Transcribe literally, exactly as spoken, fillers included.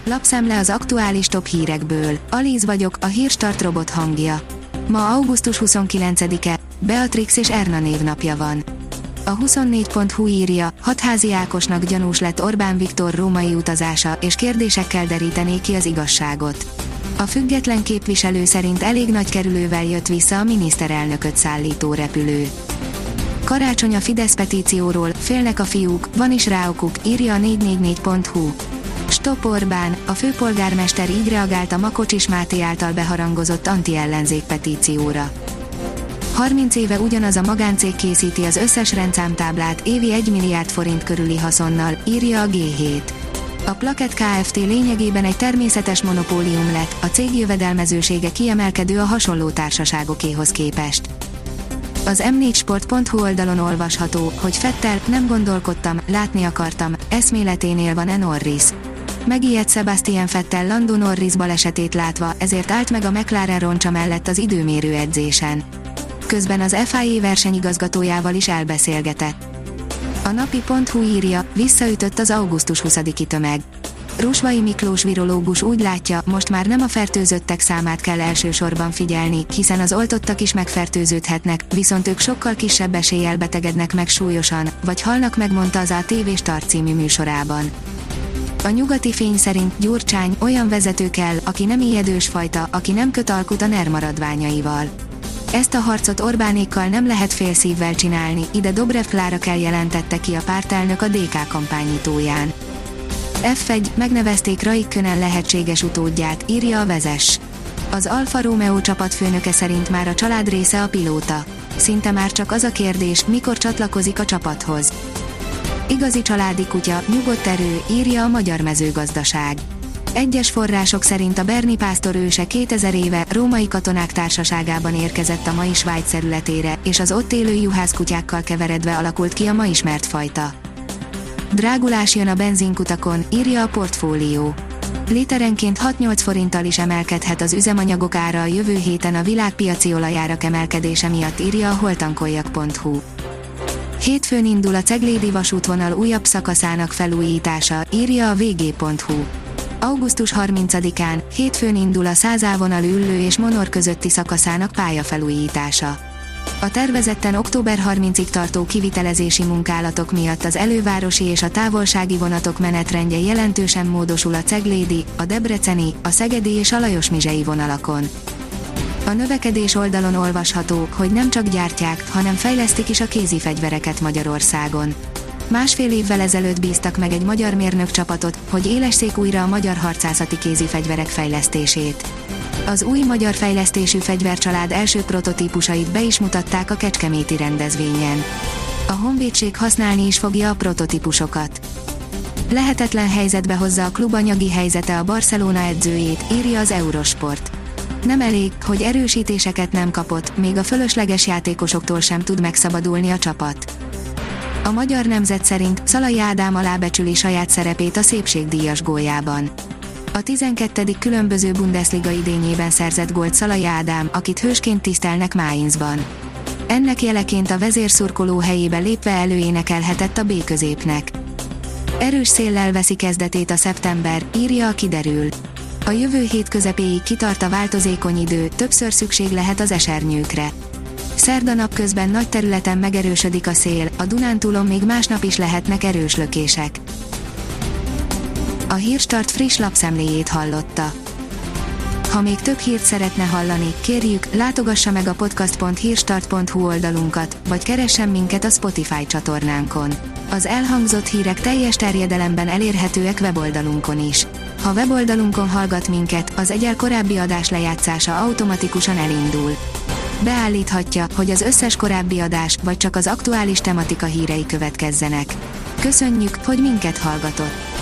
Lapszemle az aktuális top hírekből. Alíz vagyok, a Hírstart robot hangja. Ma augusztus huszonkilencedike, Beatrix és Erna névnapja van. A huszonnégy pont hu írja, Hatházi Ákosnak gyanús lett Orbán Viktor római utazása, és kérdésekkel derítené ki az igazságot. A független képviselő szerint elég nagy kerülővel jött vissza a miniszterelnököt szállító repülő. Karácsony a Fidesz petícióról, félnek a fiúk, van is rá okuk, írja a négy négy négy pont hu. Stop Orbán, a főpolgármester így reagált a Makocsis Máté által beharangozott anti-ellenzék petícióra. harminc éve ugyanaz a magáncég készíti az összes rendszámtáblát évi egy milliárd forint körüli haszonnal, írja a gé hét. A Plaket Kft. Lényegében egy természetes monopólium lett, a cég jövedelmezősége kiemelkedő a hasonló társaságokéhoz képest. Az em négy sport pont hu oldalon olvasható, hogy Vettel, nem gondolkodtam, látni akartam, eszméleténél van-e Norris. Megijedt Sebastian Vettel Lando Norris balesetét látva, ezért állt meg a McLaren roncsa mellett az időmérő edzésen. Közben az ef i á versenyigazgatójával is elbeszélgetett. A napi pont hu írja, visszaütött az augusztus huszadiki tömeg. Rusvai Miklós virológus úgy látja, most már nem a fertőzöttek számát kell elsősorban figyelni, hiszen az oltottak is megfertőződhetnek, viszont ők sokkal kisebb eséllyel betegednek meg súlyosan, vagy halnak meg, mondta az á té vé Start című műsorában. A Nyugati Fény szerint Gyurcsány olyan vezető kell, aki nem ijedős fajta, aki nem köt alkut a NER maradványaival. Ezt a harcot Orbánékkal nem lehet félszívvel csinálni, ide Dobrev Klára kell, jelentette ki a pártelnök a dé ká kampányítóján. ef egy, megnevezték Raikkonen lehetséges utódját, írja a Vezess. Az Alfa Romeo csapatfőnöke szerint már a család része a pilóta. Szinte már csak az a kérdés, mikor csatlakozik a csapathoz. Igazi családi kutya, nyugodt erő, írja a Magyar Mezőgazdaság. Egyes források szerint a Berni pásztor őse kétezer éve római katonák társaságában érkezett a mai Svájc területére, és az ott élő juhászkutyákkal keveredve alakult ki a ma ismert fajta. Drágulás jön a benzinkutakon, írja a Portfólió. Literenként hat-nyolc forinttal is emelkedhet az üzemanyagok ára a jövő héten a világpiaci olajárak emelkedése miatt, írja a holtankoljak pont hu. Hétfőn indul a Ceglédi vasútvonal újabb szakaszának felújítása, írja a vé gé pont hu. augusztus harmincadikán, hétfőn indul a Százávonal Üllő és Monor közötti szakaszának pályafelújítása. A tervezetten október harmincadikáig tartó kivitelezési munkálatok miatt az elővárosi és a távolsági vonatok menetrendje jelentősen módosul a ceglédi, a debreceni, a szegedi és a lajosmizsei vonalakon. A növekedés oldalon olvasható, hogy nem csak gyártják, hanem fejlesztik is a kézifegyvereket Magyarországon. Másfél évvel ezelőtt bíztak meg egy magyar mérnökcsapatot, hogy élesszék újra a magyar harcászati kézifegyverek fejlesztését. Az új magyar fejlesztésű fegyvercsalád első prototípusait be is mutatták a kecskeméti rendezvényen. A honvédség használni is fogja a prototípusokat. Lehetetlen helyzetbe hozza a klub anyagi helyzete a Barcelona edzőjét, írja az Eurosport. Nem elég, hogy erősítéseket nem kapott, még a fölösleges játékosoktól sem tud megszabadulni a csapat. A Magyar Nemzet szerint Szalai Ádám alábecsüli saját szerepét a szépségdíjas góljában. A tizenkettedik különböző Bundesliga idényében szerzett gólt Szalai Ádám, akit hősként tisztelnek Mainzban. Ennek jeleként a vezérszurkoló helyébe lépve előénekelhetett a B-középnek. Erős széllel veszi kezdetét a szeptember, írja a Kiderül. A jövő hét közepéig kitart a változékony idő, többször szükség lehet az esernyőkre. Szerda napközben nagy területen megerősödik a szél, a Dunántúlon még másnap is lehetnek erős lökések. A Hírstart friss lapszemléjét hallotta. Ha még több hírt szeretne hallani, kérjük, látogassa meg a podcast pont hírstart pont hu oldalunkat, vagy keressen minket a Spotify csatornánkon. Az elhangzott hírek teljes terjedelemben elérhetőek weboldalunkon is. Ha weboldalunkon hallgat minket, az egyel korábbi adás lejátszása automatikusan elindul. Beállíthatja, hogy az összes korábbi adás, vagy csak az aktuális tematika hírei következzenek. Köszönjük, hogy minket hallgatott!